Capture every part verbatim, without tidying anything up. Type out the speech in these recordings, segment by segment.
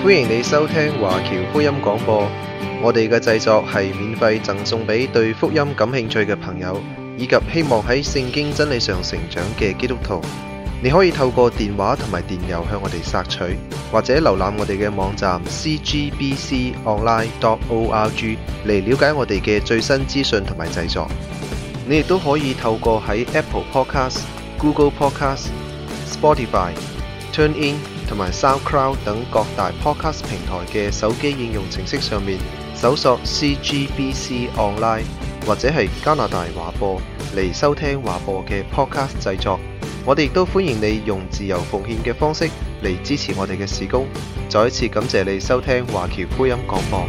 歡迎你收聽華僑福音廣播，我哋嘅製作係免費贈送俾對福音感興趣嘅朋友，以及希望喺聖經真理上成長嘅基督徒。你可以透過電話同埋電郵向我哋索取，或者瀏覽我哋嘅網站 c g b c online dot org 嚟了解我哋嘅最新資訊同埋製作。你亦都可以透過喺 Apple Podcast、Google Podcast、Spotify、TuneIn 同埋 SoundCloud 等各大 Podcast 平台嘅手機應用程式上面搜索 C G B C Online 或者係加拿大華播嚟收聽華播嘅 Podcast 製作。我哋亦都歡迎你用自由奉獻嘅方式嚟支持我哋嘅事工。再一次感謝你收聽華僑福音廣播。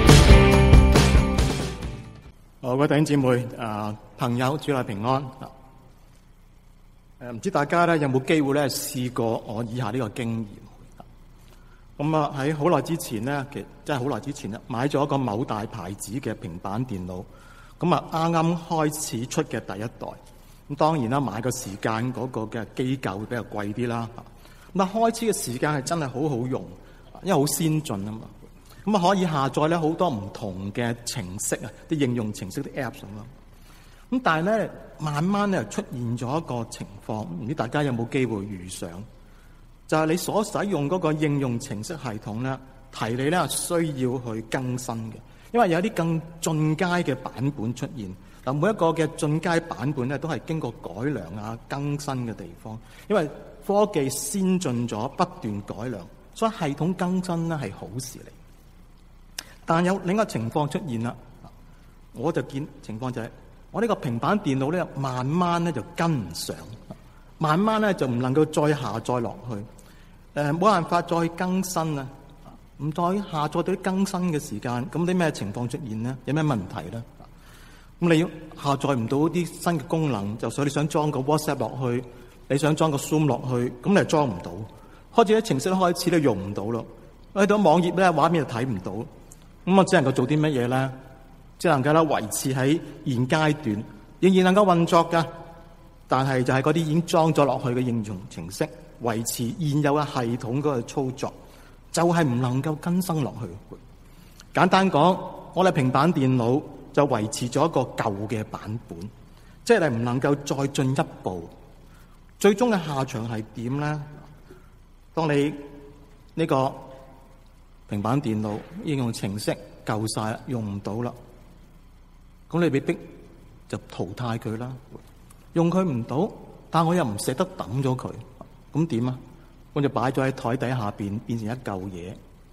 好，各位弟兄姊妹、呃、朋友，主內平安。誒，唔知大家咧有冇機會咧試過我以下呢個經驗？咁啊喺好耐之前咧，其實真係好耐之前啦，買咗一個某大牌子嘅平板電腦，咁啊啱啱開始出嘅第一代。咁當然啦，買個時間嗰個嘅機構會比較貴啲啦。咁啊開始嘅時間係真係好好用，因為好先進啊嘛。咁啊可以下載咧好多唔同嘅程式啊，啲應用程式啲 Apps 咁咯。咁但係咧，慢慢咧出現咗一個情況，唔知大家有冇機會遇上？就係你所使用嗰個應用程式系統咧，提你咧需要去更新嘅，因為有啲更進階嘅版本出現。嗱，每一個嘅進階版本咧，都係經過改良啊、更新嘅地方。因為科技先進咗，不斷改良，所以系統更新咧係好事嚟。但有另一個情況出現啦，我就見情況就係我呢個平板電腦咧，慢慢咧就跟唔上，慢慢咧就唔能夠再下載落去，誒冇辦法再更新啊，唔再下載到啲更新嘅時間，咁啲咩情況出現咧？有咩問題咧？咁你下載唔到啲新嘅功能，就所以你想裝個 WhatsApp 落去，你想裝個 Zoom 落去，咁你係裝唔到。開始啲程式開始都用唔到咯。去到網頁咧，畫面就睇唔到。咁我只能夠做啲乜嘢咧？只能夠咧維持喺現階段，仍然能夠運作㗎。但係就係嗰啲已經裝咗落去嘅應用程式，維持現有嘅系統嗰個操作，就係唔能夠更新落去。簡單講，我哋平板電腦就維持咗一個舊嘅版本，即係唔能夠再進一步。最終嘅下場係點咧？當你呢個平板電腦應用程式舊晒，用唔到啦，咁你被逼就淘汰佢啦。用佢唔到，但我又唔捨得抌咗佢，咁點啊？我就擺咗喺台底下邊，變成一嚿嘢。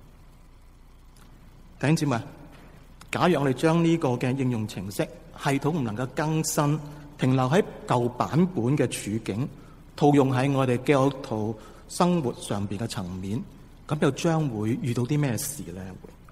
弟兄姊妹，假如我哋將呢個嘅應用程式系統唔能夠更新，停留喺舊版本嘅處境，套用喺我哋基督徒生活上邊嘅層面，咁又將會遇到啲咩事咧？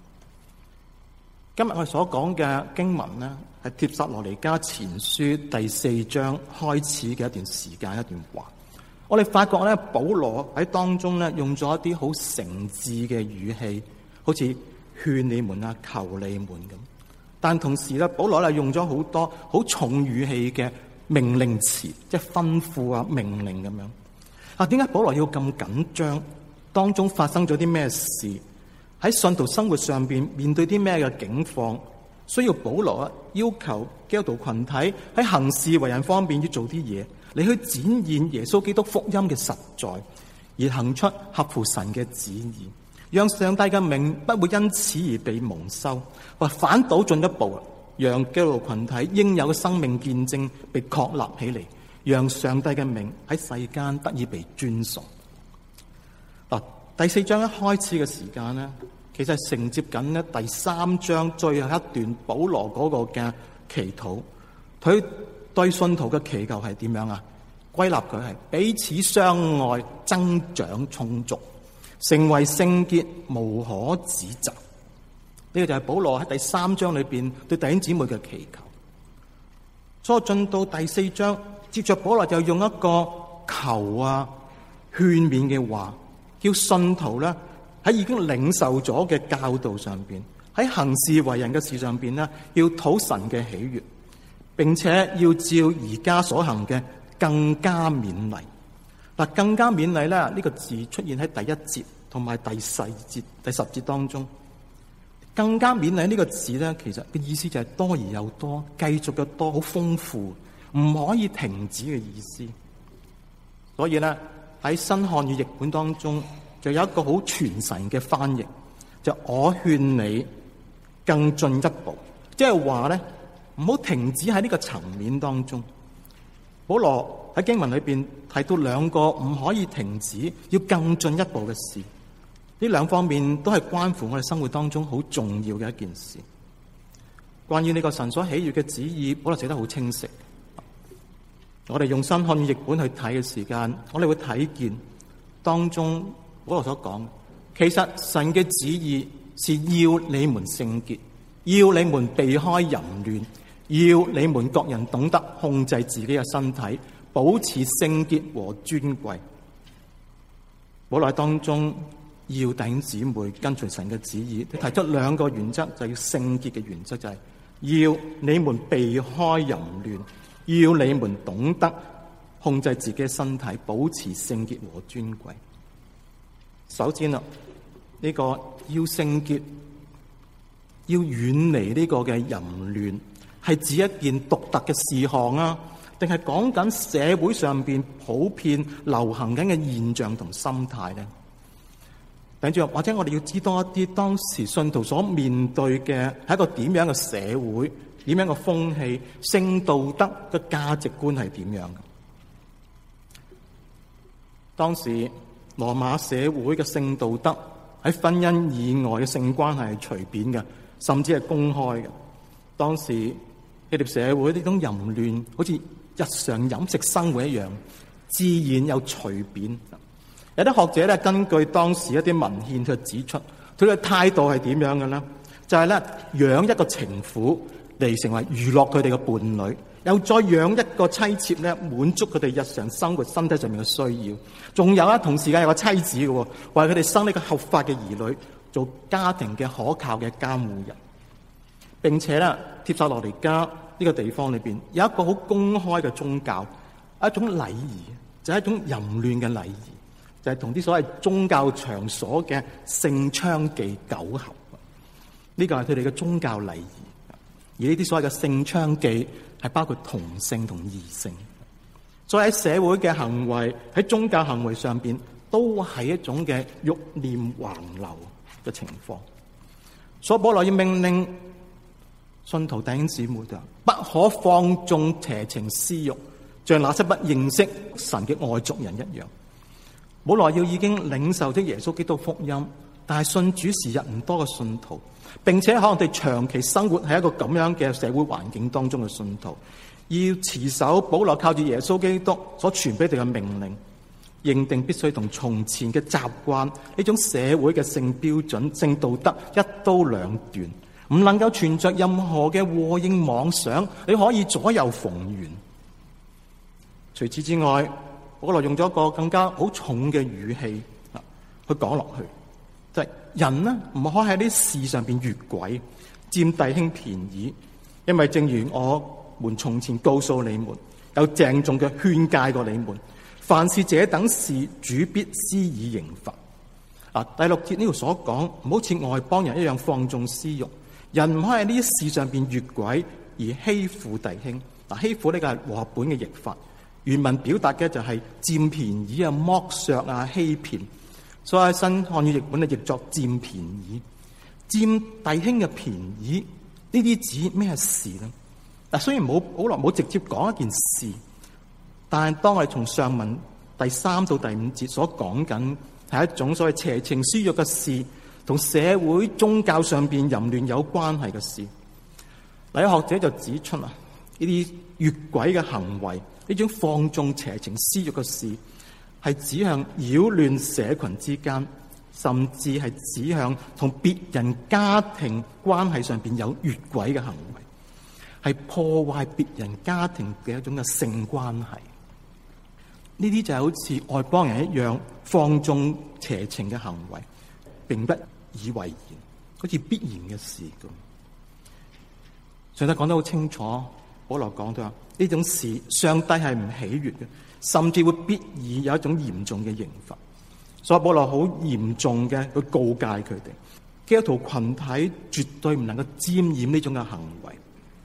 今日我哋所講嘅經文呢，係帖撒羅尼迦前書第四章開始嘅一段時間一段話。我哋發覺咧，保羅喺當中咧用咗一啲好誠摯嘅語氣，好似勸你們啊、求你們咁。但同時咧，保羅咧用咗好多好重語氣嘅命令詞，即係吩咐啊、命令咁樣。啊，點解保羅要咁緊張？當中發生咗啲咩事？喺信徒生活上邊面對啲咩嘅境況，需要保羅啊要求基督徒群體喺行事為人方面要做啲嘢，嚟去展現耶穌基督福音嘅實在，而行出合乎神嘅旨意，讓上帝嘅名不會因此而被蒙羞，或反倒進一步，讓基督徒群體應有嘅生命見證被確立起嚟，讓上帝嘅名喺世間得以被尊崇。嗱，第四章一開始嘅時間呢，其實係承接緊呢第三章最後一段保羅嗰個嘅祈禱。佢對信徒嘅祈求係點樣啊？歸納佢係彼此相愛，增長充足，成為聖潔，無可指責。呢、這個就係保羅喺第三章裏邊對弟兄姊妹嘅祈求。所以進到第四章，接着保羅就用一個求啊勸勉嘅話，叫信徒咧喺已經領受咗嘅教導上邊，喺行事為人嘅事上邊咧，要討神嘅喜悅，並且要照而家所行嘅更加勉勵。嗱，更加勉勵咧，呢個字出現喺第一節同埋第十節、第十節當中，更加勉勵呢個字咧，其實嘅意思就係多而又多，繼續嘅多，好豐富，唔可以停止嘅意思。所以咧喺新漢語譯本當中，就有一個好傳神嘅翻譯，就我勸你更進一步，即係話咧唔好停止喺呢個層面當中。保羅喺經文裏邊提到兩個唔可以停止，要更進一步嘅事。呢兩方面都係關乎我哋生活當中好重要嘅一件事。關於呢個神所喜悅嘅旨意，保羅寫得好清晰。我哋用新漢語譯本去睇嘅時間，我哋會睇見當中保羅所講，其實神嘅旨意是要你們聖潔，要你們避開淫亂，要你們各人懂得控制自己嘅身體，保持聖潔和尊貴。保羅當中要弟兄姊妹跟隨神嘅旨意，佢提出兩個原則，就係要聖潔嘅原則，就係要你們避開淫亂，要你們懂得控制自己嘅身體，保持聖潔和尊貴。首先啦，呢個要聖潔，要遠離呢個嘅淫亂，係指一件獨特嘅事項啊，定係講緊社會上邊普遍流行緊嘅現象同心態呢？等住，或者我哋要知多一啲當時信徒所面對嘅係一個點樣嘅社會，點樣嘅風氣，性道德嘅價值觀係點樣嘅？當時羅馬社會嘅性道德喺婚姻以外嘅性關係係隨便嘅，甚至係公開嘅。當時希臘社會呢種淫亂，好似日常飲食生活一樣，自然又隨便。有啲學者咧，根據當時一啲文獻去指出，佢嘅態度係點樣嘅咧？就係咧養一個情婦嚟成為娛樂佢哋嘅伴侶，又再養一個妻妾咧，滿足佢哋日常生活身體上面嘅需要。仲有啊，同時間有個妻子嘅，為佢哋生呢個合法嘅兒女，做家庭嘅可靠嘅監護人。並且咧，帖撒羅尼迦呢個地方裏邊有一個好公開嘅宗教，一種禮儀，就係一種淫亂嘅禮儀。就係同啲所謂宗教場所嘅性娼妓苟合，呢個係佢哋嘅宗教禮儀。而呢啲所謂嘅性娼妓係包括同性同異性。所以喺社會嘅行為，喺宗教行為上邊，都係一種嘅欲念橫流嘅情況。所以保羅要命令信徒弟兄姊妹就不可放縱邪情私慾，像那些不認識神嘅外族人一樣。保羅要已經領受咗耶穌基督福音，但係信主時日唔多嘅信徒，並且可能哋長期生活喺一個咁樣嘅社會環境當中嘅信徒，要持守保羅靠住耶穌基督所傳俾佢嘅命令，認定必須同從前嘅習慣呢種社會嘅性標準、性道德一刀兩斷，唔能夠存着任何嘅禍應妄想，你可以左右逢源。除此之外，保羅用咗一個更加好重嘅語氣去講落去，就係、是、人呢唔可以喺啲事上邊越軌，佔弟兄便宜，因為正如我們從前告訴你們，有鄭重嘅勸誡過你們，凡是這等事，主必施以刑罰。啊，第六節呢度所講，唔好似外邦人一樣放縱私慾，人唔可以喺呢啲事上邊越軌而欺負弟兄。嗱，欺負呢個係和合本嘅譯法。原文表達嘅就係佔便宜啊、剝削啊、欺騙，所以新漢語譯本咧譯作佔便宜。佔弟兄嘅便宜，呢啲指咩事呢？嗱，雖然冇保羅冇直接講一件事，但係當我哋從上文第三到第五節所講緊係一種所謂邪情私慾嘅事，同社會宗教上邊淫亂有關係嘅事。嗱，有學者就指出啊，呢啲越軌嘅行為，呢種放縱邪情私慾嘅事，係指向擾亂社群之間，甚至係指向同別人家庭關係上邊有越軌嘅行為，係破壞別人家庭嘅一種嘅性關係。呢啲就係好似外邦人一樣放縱邪情嘅行為，並不以為然，好似必然嘅事咁。上帝講得好清楚，保羅講到話呢種事，上帝係唔喜悅嘅，甚至會必以有一種嚴重嘅刑罰。 所以保羅好嚴重嘅去告誡佢哋，基督徒群體絕對唔能夠沾染呢種嘅行為。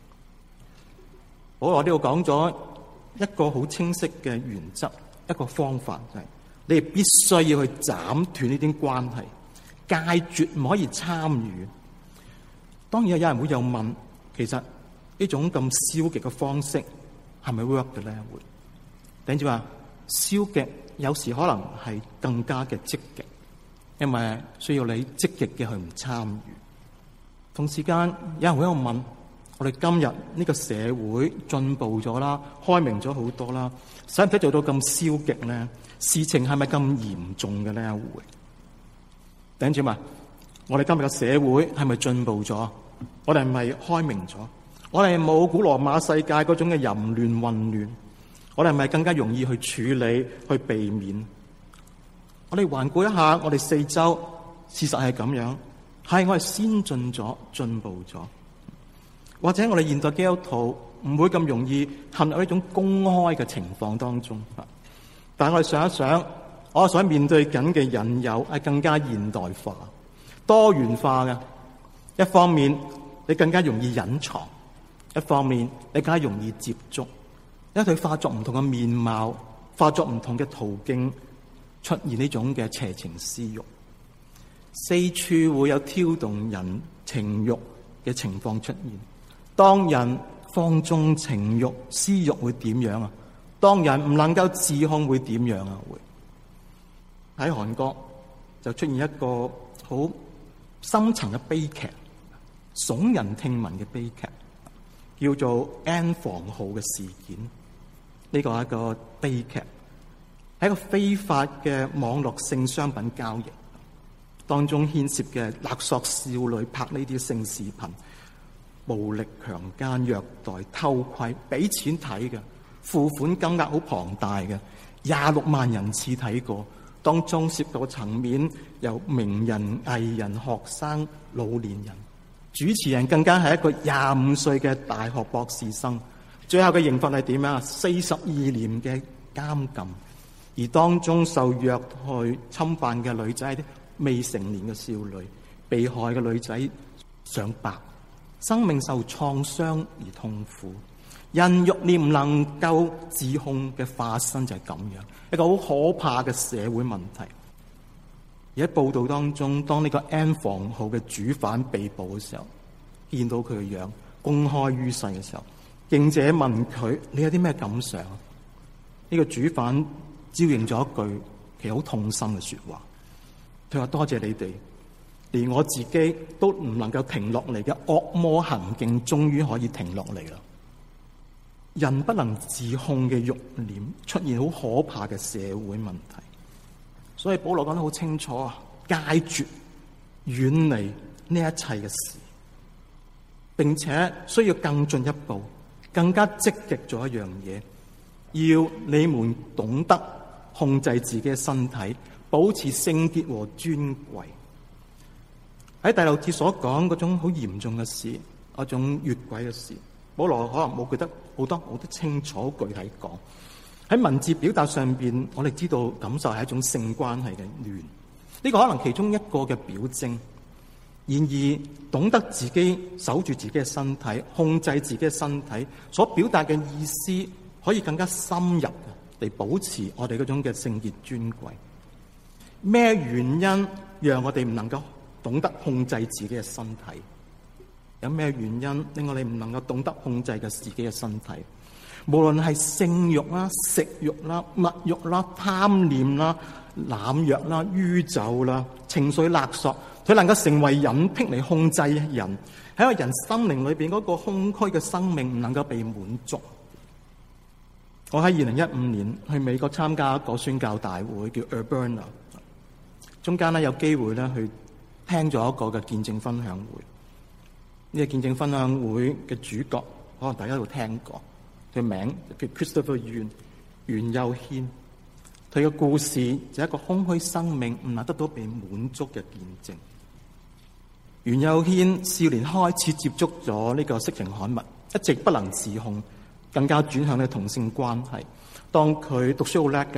保羅呢度講咗一個好清晰嘅原則，一個方法，就係你哋必須要去斬斷呢啲關係，戒絕唔可以參與。當然有人會又問，其實呢種咁消極嘅方式係咪 work 嘅咧？會等住話消極有時可能係更加嘅積極，因為需要你積極嘅去唔參與。同時間有人會喺度問，我哋今日呢個社會進步咗啦，開明咗好多啦，使唔使做到咁消極咧？事情係咪咁嚴重嘅咧？會頂住嘛？我哋今日嘅社會係咪進步咗？我哋係咪開明咗？我哋冇古羅馬世界嗰種嘅淫亂混亂？我哋係咪更加容易去處理、去避免？我哋環顧一下我哋四周，事實係咁樣，係我哋先進咗、進步咗。或者我哋現代基督徒唔會咁容易陷入呢種公開嘅情況當中，但係我哋想一想，我所面對緊嘅引誘係更加現代化、多元化嘅。一方面你更加容易隱藏，一方面你更加容易接觸，因為佢化作唔同嘅面貌，化作唔同嘅途徑，出現呢種嘅邪情私欲，四處會有挑動人情欲嘅情況出現。當人放縱情欲、私欲會點樣啊？當人唔能夠自控會點樣啊？會喺韓國就出現一個好深層嘅悲劇，聳人聽聞嘅悲劇，叫做 N 房號嘅事件。呢個係一個悲劇，係一個非法嘅網絡性商品交易，當中牽涉嘅勒索少女拍呢啲性視頻，暴力強姦、虐待、偷窺，俾錢睇嘅，付款金額好龐大嘅，廿六萬人次睇過，當中涉及嘅層面由名人、藝人、學生、老年人，主持人更加係一個廿五歲嘅大學博士生。最後嘅刑罰係點啊？四十二年嘅監禁，而當中受虐害侵犯嘅女仔係啲未成年嘅少女，被害嘅女仔上百。生命受創傷而痛苦，人欲念唔能夠自控嘅化身就係咁樣，一個好可怕嘅社會問題。而喺報道當中，當呢個 N 房號嘅主犯被捕嘅時候，見到佢嘅樣公開於世嘅時候，記者問佢：你有啲咩感想？呢、這個主犯招應咗一句其實好痛心嘅說話，佢話：多謝你哋。連我自己都唔能夠停落嚟嘅惡魔行徑，終於可以停落嚟啦！人不能自控嘅慾念出現好可怕嘅社會問題，所以保羅講得好清楚啊！戒絕、遠離呢一切嘅事，並且需要更進一步、更加積極做一樣嘢，要你們懂得控制自己嘅身體，保持聖潔和尊貴。喺第六節所講嗰種好嚴重嘅事，嗰種越軌嘅事，保羅可能冇覺得好多好得清楚具體講。喺文字表達上邊，我哋知道感受係一種性關係嘅亂，呢、這個可能其中一個嘅表徵。然而，懂得自己守住自己嘅身體，控制自己嘅身體，所表達嘅意思，可以更加深入地保持我哋嗰種嘅聖潔尊貴。咩原因讓我哋唔能夠懂得控制自己嘅身體？有咩原因令我哋唔能夠懂得控制嘅自己嘅身體？無論係性慾啦、食慾啦、物慾啦、貪念啦、濫藥啦、酗酒啦、情緒勒索，佢能夠成為隱癖嚟控制人，喺個人心靈裏邊嗰個空虛嘅生命唔能夠被滿足。我喺二零一五年去美國參加一個宣教大會，叫 Urbana， 中間咧有機會咧去聽咗一個嘅見證分享會，呢、這個見證分享會嘅主角可能大家都聽過，佢名叫 Christopher Yuan 袁佑軒，佢嘅故事就係一個空虛生命唔能得到被滿足嘅見證。袁佑軒少年開始接觸咗呢個色情刊物，一直不能自控，更加轉向呢同性關係。當佢讀書好叻噶，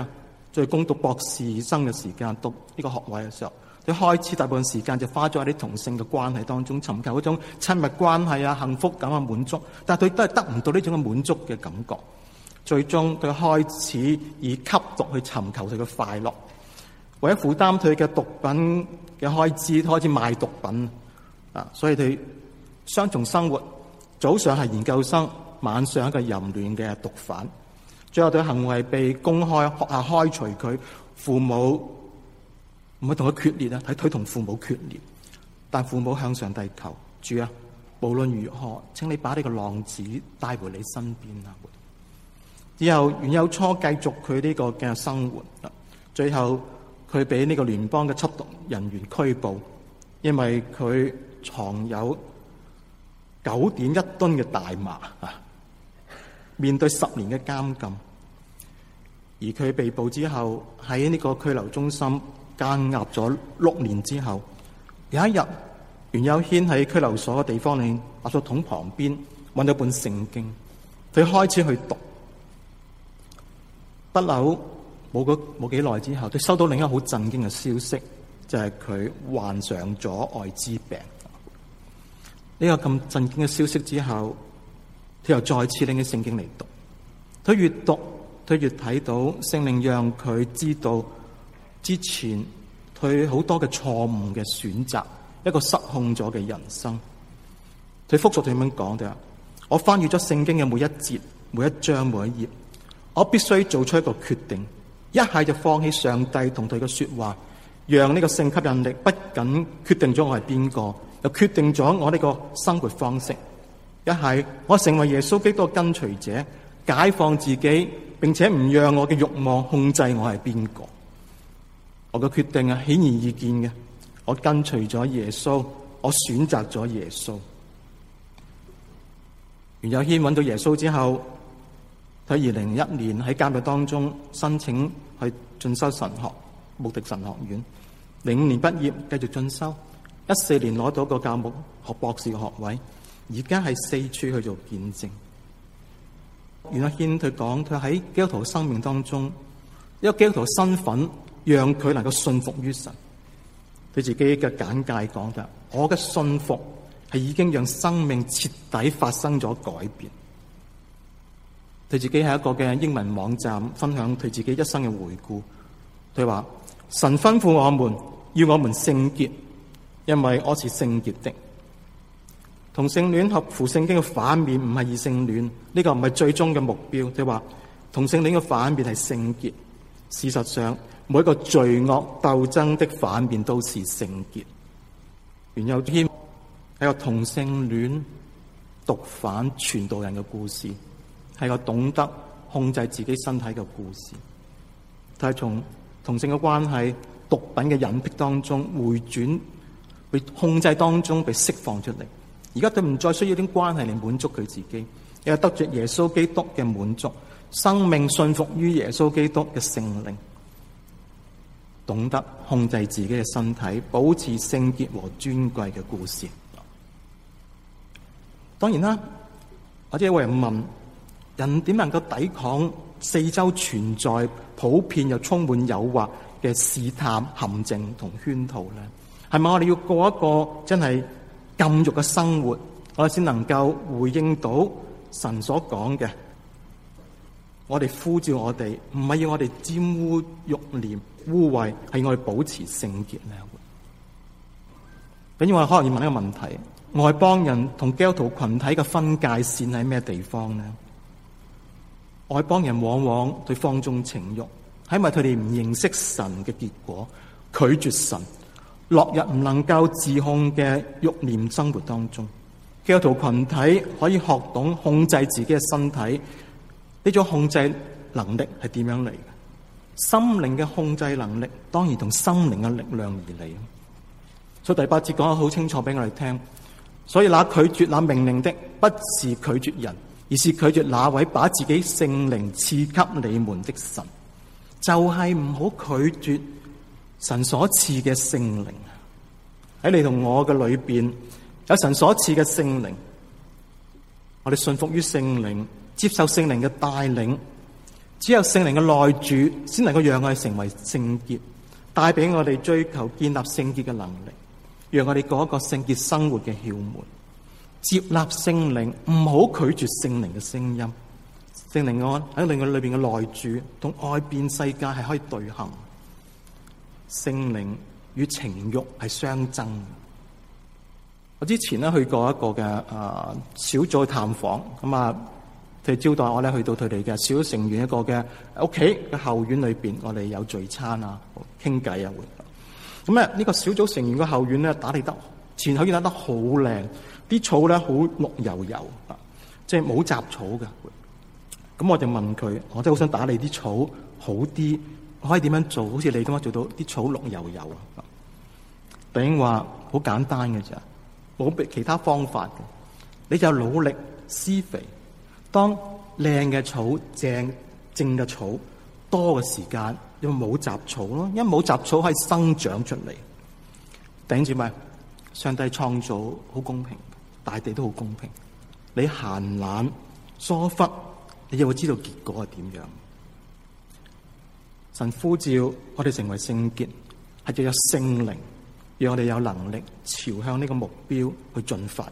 在攻讀博士生嘅時間，讀呢個學位嘅時候，佢開始大部分時間就花咗喺啲同性嘅關係當中，尋求嗰種親密關係啊、幸福感啊、滿足。但係佢都係得唔到呢種嘅滿足嘅感覺。最終佢開始以吸毒去尋求佢嘅快樂，為咗負擔佢嘅毒品嘅開支，開始賣毒品啊！所以佢雙重生活，早上係研究生，晚上一個淫亂嘅毒販。最後佢行為被公開，學校開除佢，父母唔係同佢決裂啊，睇佢同父母決裂，但父母向上帝求主啊，無論如何，請你把呢個浪子帶回你身邊啊！之後袁有初繼續佢呢個嘅生活，最後佢俾呢個聯邦嘅緝毒人員拘捕，因為佢藏有九點一噸嘅大麻啊！面對十年嘅監禁，而佢被捕之後喺呢個拘留中心監押咗六年之後，有一日袁有軒喺拘留所嘅地方裏垃圾桶旁邊揾到本聖經，佢開始去讀。不久冇個冇幾耐之後，佢收到另一個好震驚嘅消息，就係、是、佢患上咗艾滋病。呢、這個咁震驚嘅消息之後，佢又再次拎起聖經嚟讀。佢越讀，佢越睇到聖靈讓佢知道之前佢好多嘅錯誤嘅選擇，一個失控咗嘅人生。佢複述點樣講嘅？我翻閱咗聖經嘅每一節、每一章、每一頁，我必須做出一個決定，一係就放棄上帝同佢嘅說話，讓呢個性吸引力不僅決定咗我係邊個，又決定咗我呢個生活方式。一係我成為耶穌基督嘅跟隨者，解放自己，並且唔讓我嘅慾望控制我係邊個。我嘅決定啊，顯而易見嘅，我跟隨咗耶穌，我選擇咗耶穌。袁有軒揾到耶穌之後，喺二零一年喺監獄當中申請去進修神學，穆迪神學院，零五年畢業繼續進修，一四年攞到個教牧學博士嘅學位，而家係四處去做見證。袁有軒佢講，佢喺基督徒生命當中，一個基督徒身份讓佢能夠信服於神。對自己嘅簡介講嘅，我嘅信服係已經讓生命徹底發生咗改變。佢自己喺一個嘅英文網站分享佢自己一生嘅回顧。佢話：神吩咐我們要我們聖潔，因為我是聖潔的。同性戀合乎聖經嘅反面唔係異性戀，呢個唔係最終嘅目標。佢話同性戀嘅反面係聖潔。事實上，每一個罪惡鬥爭的反面都是聖潔。袁有軒係個同性戀毒販傳道人嘅故事，係個懂得控制自己身體嘅故事。佢係從同性嘅關係、毒品嘅隱蔽當中回轉，被控制當中被釋放出嚟。而家佢唔再需要啲關係嚟滿足佢自己，又得着耶穌基督嘅滿足，生命信服於耶穌基督嘅聖靈，懂得控制自己嘅身體，保持聖潔和尊貴嘅故事。當然啦，或者有人問：人點能夠抵抗四周存在、普遍又充滿誘惑嘅試探、陷阱同圈套呢？係咪我哋要過一個真係禁欲嘅生活，我哋先能夠回應到神所講嘅？我哋呼召我哋，唔係要我哋沾污欲念、污穢，係我哋保持聖潔咧。咁我哋可能要問一個問題：外邦人同基督徒群體嘅分界線喺咩地方呢？外邦人往往對放縱情欲，係因為佢哋唔認識神嘅結果，拒絕神，落入唔能夠自控嘅欲念生活當中。基督徒群體可以學懂控制自己嘅身體，呢種控制能力係點樣嚟嘅？心靈嘅控制能力當然同心靈嘅力量而嚟。所以第八節講得好清楚俾我哋聽。所以那拒絕那命令的，不是拒絕人，而是拒絕那位把自己聖靈賜給你們的神。就係唔好拒絕神所賜嘅聖靈。喺你同我嘅裏邊有神所賜嘅聖靈，我哋信服於聖靈，接受聖靈嘅帶領， 只有聖靈嘅內住，先能夠讓我哋成為聖潔，帶俾我哋追求建立聖潔嘅能力，讓我哋過一個聖潔生活嘅竅門。接納聖靈，唔好拒絕聖靈嘅聲音。聖靈安喺靈裏邊嘅內住，同外邊世界係可以對行。聖靈與情慾係相爭。我之前咧去過一個嘅啊小組探訪，咁啊佢招待我咧去到佢哋嘅小組成員一個嘅屋企嘅後院裏邊，我哋有聚餐啊、傾偈啊。咁咧呢個小組成員嘅後院咧打理得前後院打得好靚，啲草咧好綠油油啊，即係冇雜草嘅。咁我就問佢，我真係好想打理啲草好啲，可以點樣做？好似你咁樣做到啲草綠油油啊？弟兄話好簡單嘅咋，冇其他方法嘅，你就努力施肥。當靚嘅草、正正嘅草多嘅時間，因為冇雜草咯，因為冇雜草可以生長出嚟。弟兄姊妹，上帝創造好公平，大地都好公平。你閒懶疏忽，你就會知道結果係點樣。神呼召我哋成為聖潔，係藉著聖靈，讓我哋有能力朝向呢個目標去進發。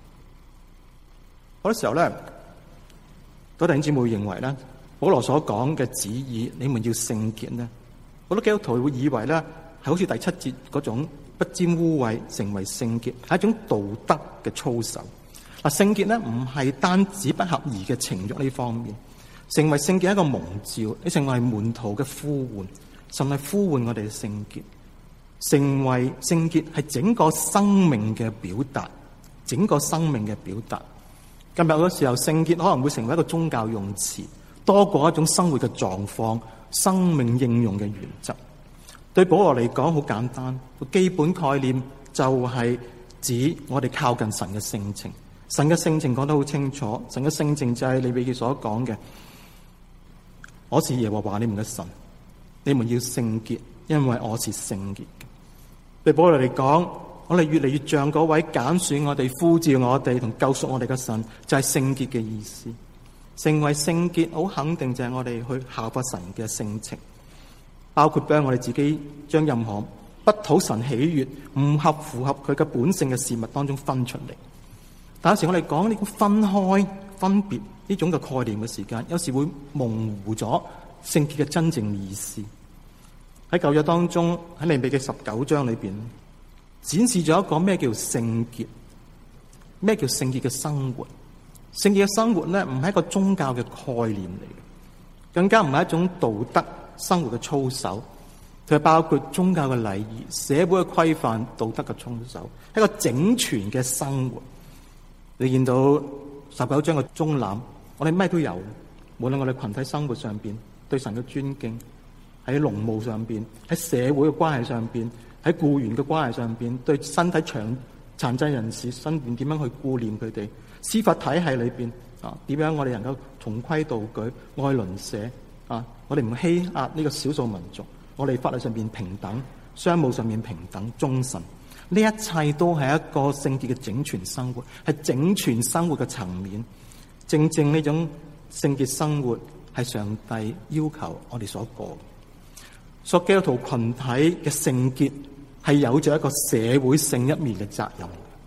好多時候咧，多弟兄姊妹認為咧，保羅所講嘅旨意，你們要聖潔咧，好多基督徒會以為咧係好似第七節嗰種不沾污穢，成為聖潔係一種道德嘅操守。嗱，聖潔咧唔係單止不合宜嘅情慾呢方面。成為聖潔係一個蒙召，你成為門徒嘅呼喚，甚至呼喚我哋嘅聖潔。成為聖潔係整個生命嘅表達，整個生命嘅表達。今日好多時候，聖潔可能會成為一個宗教用詞，多過一種生活嘅狀況、生命應用嘅原則。對保羅嚟講，好簡單，個基本概念就係指我哋靠近神嘅性情。神嘅性情講得好清楚，神嘅性情就係利未記所講嘅。我是耶和華你們嘅神，你們要聖潔，因為我是聖潔嘅。對保羅嚟講，我哋越嚟越像嗰位揀選我哋、呼召我哋同救贖我哋嘅神，就係聖潔嘅意思。成為聖潔，好肯定就係我哋去效法神嘅性情，包括俾我哋自己將任何不討神喜悅、唔合符合佢嘅本性嘅事物當中分出嚟。但有時我哋講呢個分開、分別呢種嘅概念嘅時間，有時會模糊咗聖潔嘅真正意思。喺舊約當中，喺利未記十九章裏邊，展示咗一個咩叫聖潔，咩叫聖潔嘅生活。聖潔嘅生活咧，唔係一個宗教嘅概念嚟嘅，更加唔係一種道德生活嘅操守，佢係包括宗教嘅禮儀、社會嘅規範、道德嘅操守，係一個整全嘅生活。你見到十九章嘅中覽，我哋咩都有，無論我哋群體生活上邊對神嘅尊敬，喺農務上邊，喺社會嘅關係上邊，喺僱員嘅關係上邊，對身體長殘疾人士身邊點樣去顧念佢哋，司法體系裏邊啊點樣我哋能夠循規蹈矩、愛鄰舍啊，我哋唔欺壓呢個少數民族，我哋法律上邊平等，商務上面平等、忠誠。呢一切都係一個聖潔嘅整全生活，係整全生活嘅層面。正正呢種聖潔生活係上帝要求我哋所過。所基督徒群體嘅聖潔係有着一個社會性一面嘅責任。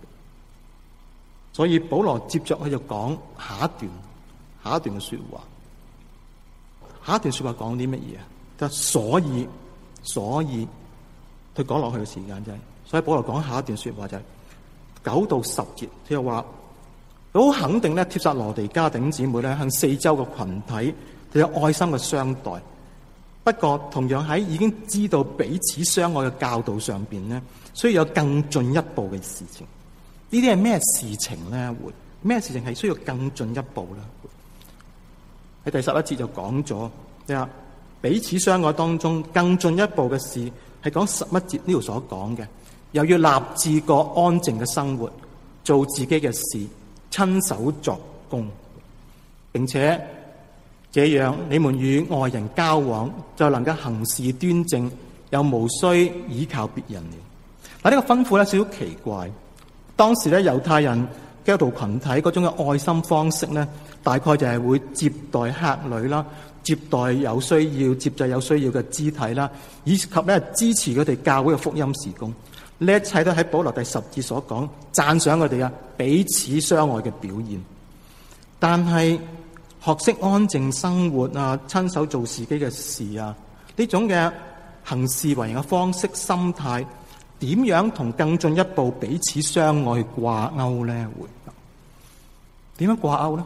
所以保羅接着佢就講下一段，下一段嘅說話。下一段說話講啲乜嘢啊？就所以，所以佢講落去嘅時間就係。所以保羅講下一段說話就係九到十節，佢又話好肯定咧，帖撒羅尼迦弟兄姊妹咧向四周嘅群體佢有愛心嘅相待。不過同樣喺已經知道彼此相愛嘅教導上邊咧，需要有更進一步嘅事情。呢啲係咩事情咧？會咩事情係需要更進一步咧？喺第十一節就講咗，你話彼此相愛當中更進一步嘅事係講十一節呢度所講嘅。又要立志過安靜嘅生活，做自己嘅事，親手作工，並且這樣你們與外人交往就能夠行事端正，又無需倚靠別人了。嗱，呢個吩咐咧少少奇怪。當時咧猶太人基督徒群體嗰種嘅愛心方式咧，大概就係會接待客旅啦， 接待有需要、接濟有需要嘅肢體啦，以及咧支持佢哋教會嘅福音事工。呢一切都喺保羅第十節所講，讚賞佢哋啊彼此相愛嘅表現。但係學識安靜生活啊，親手做自己嘅事啊，呢種嘅行事為人嘅方式、心態，點樣同更進一步彼此相愛掛鈎咧？會點樣掛鈎咧？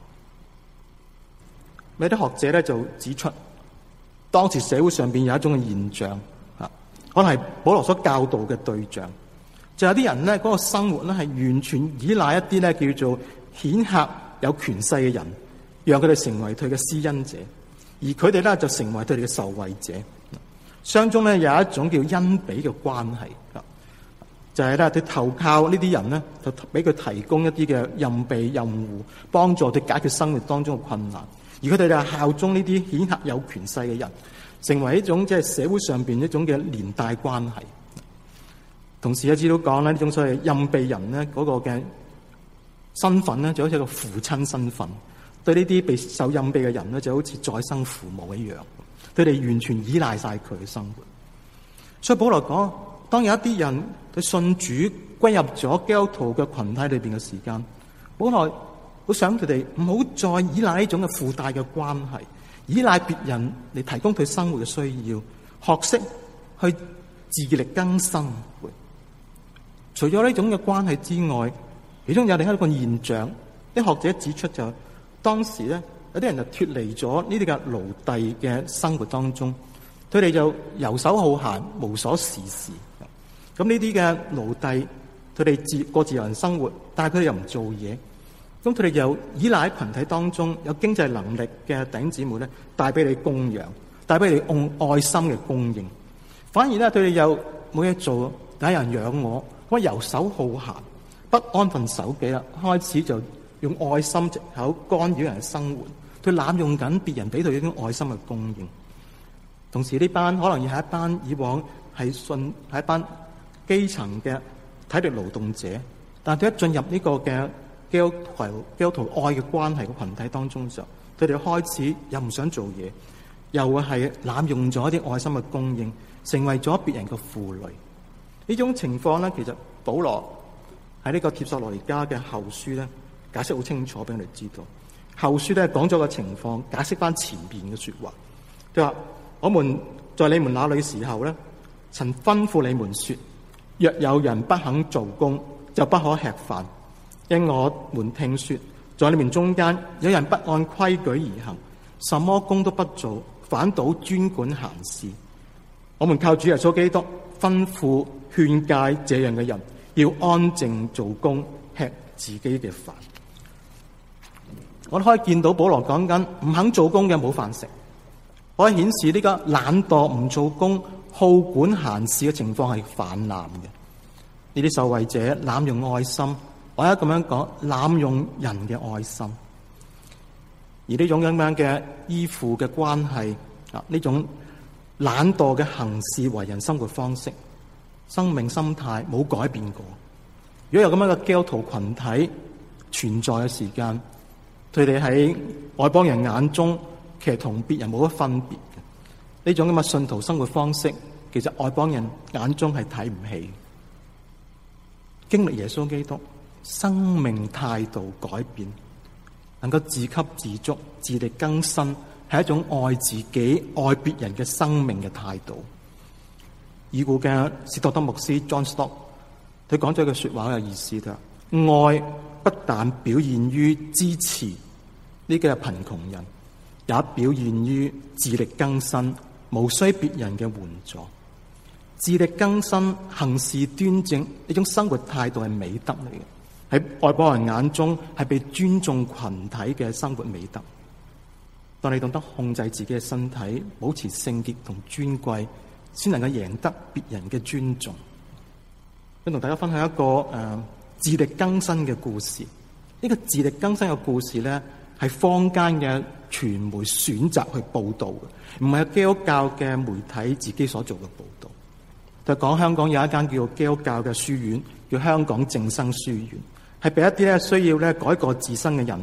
有啲學者咧就指出，當時社會上邊有一種嘅現象啊，可能係保羅所教導嘅對象，就有啲人咧嗰個生活咧係完全依賴一啲咧叫做顯赫有權勢嘅人，讓佢哋成為佢嘅施恩者，而佢哋咧就成為佢哋嘅受惠者。相中咧有一種叫恩比嘅關係，就係咧佢投靠呢啲人咧，就俾佢提供一啲嘅任庇任護，幫助佢解決生活當中嘅困難。而佢哋就效忠呢啲顯赫有權勢嘅人，成為一種即係社會上邊一種嘅連帶關係。同時，一知道講咧呢種所謂任庇人咧嗰個嘅身份咧，就好似一個父親身份，對呢啲被受任庇嘅人咧，就好似再生父母一樣。佢哋完全依賴晒佢嘅生活。所以保羅講，當有一啲人佢信主歸入咗基督徒嘅群體裏邊嘅時間，保羅好想佢哋唔好再依賴呢種嘅附帶嘅關係，依賴別人嚟提供佢生活嘅需要，學識去自力更生。除咗呢種嘅關係之外，其中有另一個現象，啲學者指出就當時咧有啲人就脫離咗呢啲嘅奴隸嘅生活當中，佢哋就遊手好閒，無所事事。咁呢啲嘅奴隸，佢哋自過自由人生活，但係佢哋又唔做嘢。咁佢哋又依賴喺群體當中有經濟能力嘅弟兄姊妹咧，帶俾你供養，帶俾你用愛心嘅供應。反而咧，佢哋又冇嘢做，有人養我，咁遊手好閒，不安分守己啦，開始就用愛心藉口干擾人嘅生活，佢濫用緊別人俾佢呢種愛心嘅供應。同時呢班可能要係一班以往係信係一班基層嘅體力勞動者，但係佢一進入呢個嘅基督徒基督徒愛嘅關係嘅群體當中嘅時候，佢哋開始又唔想做嘢，又會係濫用咗一啲愛心嘅供應，成為咗別人嘅負累。呢種情況咧，其實保羅喺呢個帖撒羅尼迦嘅後書咧解釋好清楚俾我哋知道。後書咧講咗個情況，解釋翻前邊嘅說話。佢話：我們在你們那裏時候咧，曾吩咐你們說，若有人不肯做工，就不可吃飯。因我們聽說，在你們中間有人不按規矩而行，什麼工都不做，反倒專管閒事。我們靠主耶穌基督吩咐勸誡這樣嘅人，要安靜做工，吃自己嘅飯。我哋可以見到保羅講緊唔肯做工嘅冇飯食，可以顯示呢個懶惰唔做工、好管閒事嘅情況係泛濫嘅。呢啲受惠者濫用愛心。我一咁樣講，濫用人嘅愛心，而呢種咁樣嘅依附嘅關係啊，呢種懶惰嘅行事為人生活方式、生命心態冇改變過。如果有咁樣嘅基督徒群體存在嘅時間，佢哋喺外邦人眼中其實同別人冇乜分別嘅。呢種咁嘅信徒生活方式，其實外邦人眼中係睇唔起。經歷耶穌基督，生命態度改變，能夠自給自足、自力更生，係一種愛自己、愛別人嘅生命嘅態度。已故嘅史托德牧師 John Stott， 佢講咗一句說話好有意思，佢話：愛不但表現於支持呢個貧窮人，也表現於自力更生，無需別人嘅援助。自力更生、行事端正，呢種生活態度係美德嚟嘅。喺外邦人眼中係被尊重群體嘅生活美德。當你懂得控制自己嘅身體，保持聖潔同尊貴，先能夠贏得別人嘅尊重。想同大家分享一個誒、呃、自力更生嘅故事。呢、這個自力更生嘅故事咧，係坊間嘅傳媒選擇去報道嘅，唔係基督教嘅媒體自己所做嘅報道。就講香港有一間叫做基督教嘅書院，叫香港正生書院。係俾一啲咧需要咧改過自新嘅人咧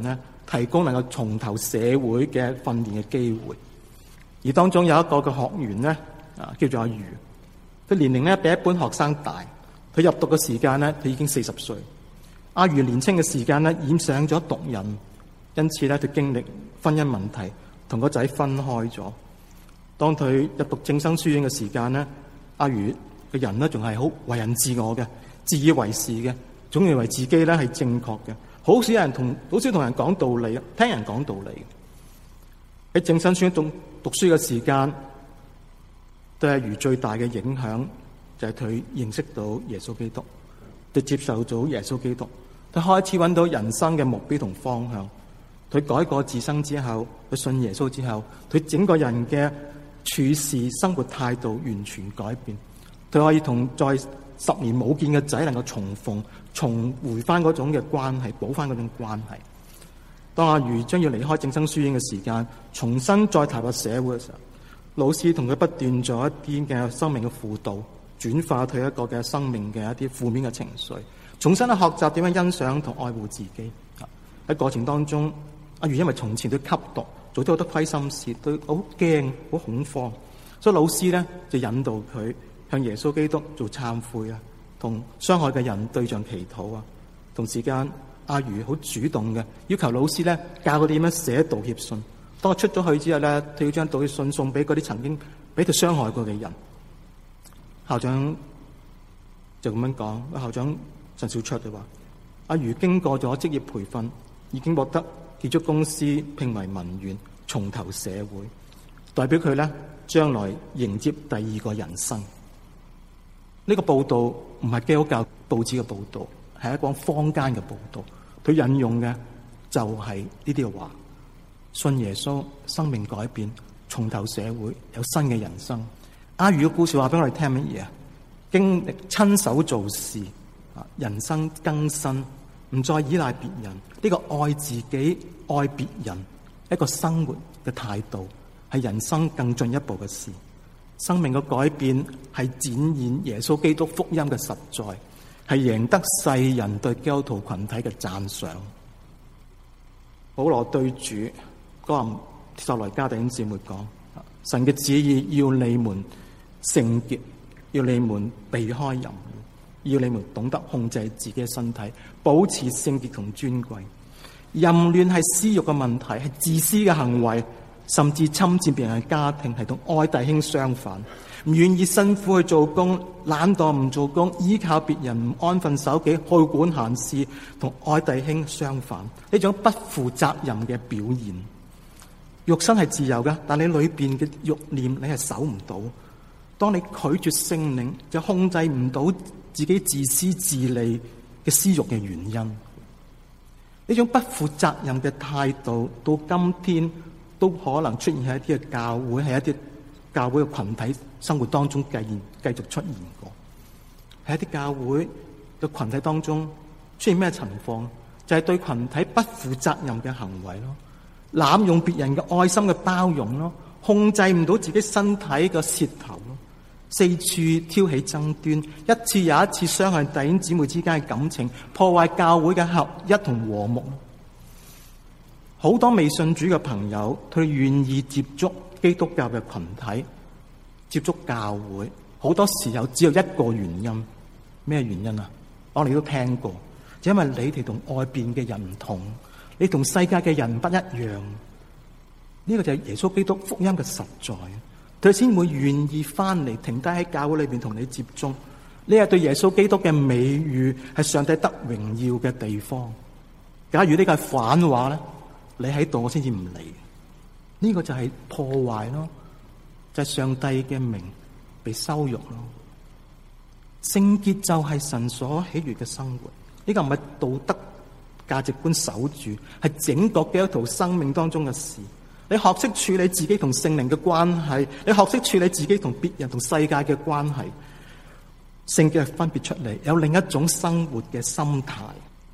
提供能夠重投社會嘅訓練嘅機會。而當中有一個嘅學員咧，啊叫做阿余，佢年齡咧比一般學生大，佢入讀嘅時間咧，佢已經四十歲。阿余年青嘅時間咧，染上咗毒癮，因此咧，佢經歷婚姻問題，同個仔分開咗。當佢入讀正生書院嘅時間咧，阿余嘅人咧仲係好為人自我嘅，自以為是嘅，總認為自己咧係正確嘅，好少人同好少同人講道理，聽人講道理。喺正生書院讀讀書嘅時間，對阿余最大嘅影響就係佢認識到耶穌基督，佢接受咗耶穌基督，佢開始揾到人生嘅目標同方向。佢改過自新之後，佢信耶穌之後，佢整個人嘅處事生活態度完全改變。佢可以同在十年冇見嘅仔能夠重逢，重回翻嗰種嘅關係，補翻嗰種關係。當阿余將要離開正生書院嘅時間，重新再投入社會嘅時候，老師同佢不斷做一啲嘅生命嘅輔導，轉化佢一個嘅生命嘅一啲負面嘅情緒，重新去學習點樣欣賞同愛護自己。喺過程當中，阿余因為從前都吸毒，做咗好多虧心事，都好驚、好恐慌，所以老師咧就引導佢向耶穌基督做懺悔啊，同傷害嘅人對象祈禱啊。同時間，阿余好主動嘅要求老師咧教佢點樣寫道歉信。當佢出咗去之後咧，佢要將道歉信送俾嗰啲曾經俾佢傷害過嘅人。校長就咁樣講，校長陳小卓就話：阿余經過咗職業培訓，已經獲得建築公司聘為文員，重投社會，代表佢咧將來迎接第二個人生。呢、這個報道唔係基督教報紙嘅報道，係一個坊間嘅報道。佢引用嘅就係呢啲嘅話：信耶穌，生命改變，重投社會，有新嘅人生。阿余嘅故事話俾我哋聽乜嘢啊？經歷親手做事，啊，人生更新。唔再依賴別人，呢、這個愛自己、愛別人一個生活嘅態度，係人生更進一步嘅事。生命嘅改變係展現耶穌基督福音嘅實在，係贏得世人對基督徒群體嘅讚賞。保羅對住哥林帖撒羅尼迦弟兄姊妹講：神嘅旨意要你們聖潔，要你們避開淫。要你們懂得控制自己嘅身體，保持聖潔同尊貴。淫亂係私欲嘅問題，係自私嘅行為，甚至侵佔別人嘅家庭，係同愛弟兄相反。唔願意辛苦去做工，懶惰唔做工，依靠別人唔安分守己，好管閒事，同愛弟兄相反。呢種不負責任嘅表現。肉身係自由嘅，但你裏邊嘅慾念你係守唔到。當你拒絕聖靈，就控制唔到自己自私自利嘅私欲嘅原因。呢種不負責任嘅態度，到今天都可能出現喺一啲嘅教會，喺一啲教會嘅群體生活當中繼續繼續出現過。喺一啲教會嘅群體當中出現咩情況？就係、是、對群體不負責任嘅行為咯，濫用別人嘅愛心嘅包容咯，控制唔到自己身體嘅舌頭咯。四處挑起爭端，一次又一次傷害弟兄姊妹之間嘅感情，破壞教會嘅合一同和睦。好多未信主嘅朋友，佢願意接觸基督教嘅群體，接觸教會，好多時候只有一個原因。咩原因啊？我哋都聽過，就因為你哋同外邊嘅人唔同，你同世界嘅人不一樣。呢個就係耶穌基督福音嘅實在。佢先會願意翻嚟，停低喺教會裏邊同你接觸。呢係對耶穌基督嘅美譽，係上帝得榮耀嘅地方。假如呢個係反話咧，你喺度我先至唔嚟。呢個就係破壞咯，就係上帝嘅名被羞辱咯。聖潔就係神所喜悅嘅生活。呢個唔係道德價值觀守住，係整個基督徒生命當中嘅事。你學識處理自己同聖靈嘅關係，你學識處理自己同別人同世界嘅關係，聖潔係分別出嚟，有另一種生活嘅心態。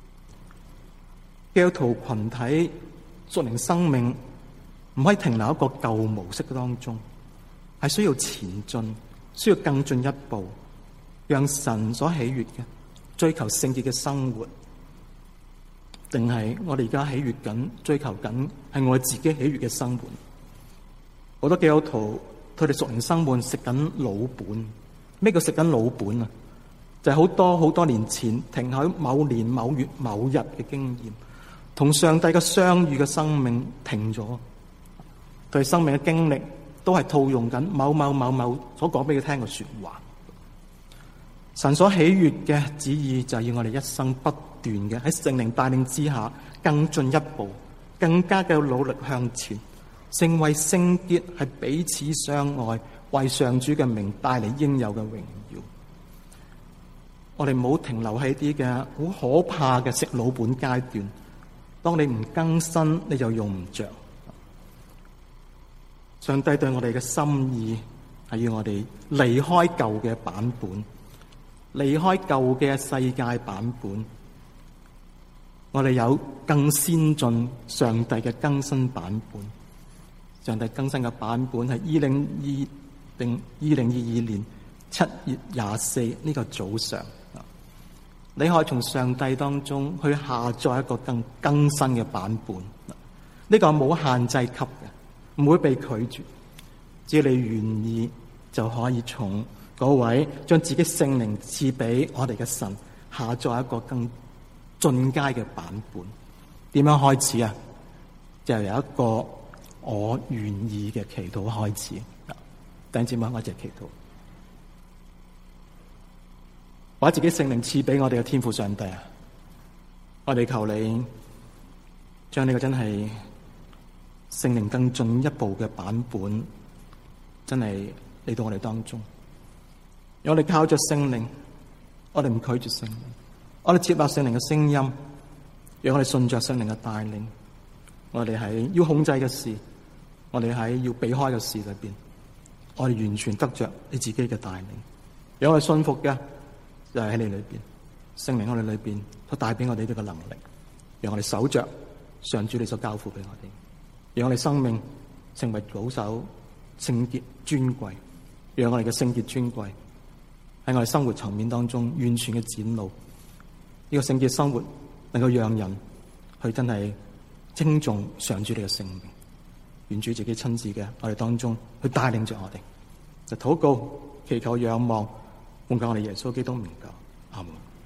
基督徒群體屬靈生命唔可以停留喺一個舊模式嘅當中，係需要前進，需要更進一步，讓神所喜悅嘅追求聖潔嘅生活。 定係我哋而家喜悅緊、追求緊係我哋自己喜悅嘅生活？好多基督徒佢哋屬靈生活食緊老本。咩叫食緊老本啊？就係、是、好多好多年前停喺某年某月某日嘅經驗，同上帝嘅相遇嘅生命停咗，對生命嘅經歷都係套用緊某某某某所講俾佢聽嘅說話。神所喜悅嘅旨意就係要我哋一生不斷嘅喺聖靈帶領之下，更進一步，更加嘅努力向前，成為聖潔，係彼此相愛，為上主嘅名帶嚟應有嘅榮耀。我哋唔好停留喺啲嘅好可怕嘅食老本階段。當你唔更新，你就用唔着。上帝對我哋嘅心意係要我哋離開舊嘅版本，離開舊嘅世界版本，我哋有更先進上帝嘅更新版本。上帝更新嘅版本係二零二定二零二二年七月廿四呢個早上，你可以從上帝當中去下載一個更更新嘅版本。呢個冇限制級嘅，唔會被拒絕。只要你願意，就可以從嗰位將自己聖靈賜俾我哋嘅神下載一個更進階嘅版本。點樣開始啊？就由一個我願意嘅祈禱開始。弟兄姊妹，我一齊祈禱，把自己聖靈賜俾我哋嘅天父上帝啊！我哋求你將呢個真係聖靈更進一步嘅版本，真係嚟到我哋當中。讓我哋靠着聖靈，我哋唔拒絕聖靈，我哋接納聖靈嘅聲音，讓我哋順着聖靈嘅帶領。我哋喺要控制嘅事，我哋喺要避開嘅事裏邊，我哋完全得着你自己嘅帶領。讓我哋信服嘅就係喺你裏邊，聖靈喺我哋裏邊都帶俾我哋呢個能力，讓我哋守着上主你所交付俾我哋，讓我哋生命成為保守、聖潔、尊貴，讓我哋嘅聖潔尊貴喺我哋生活層面當中完全嘅展露。呢個聖潔生活能夠讓人去真係稱頌上主你嘅聖名。願主自己親自嘅我哋當中去帶領着我哋，就禱告、祈求、仰望，奉靠我哋耶穌基督名求，阿門。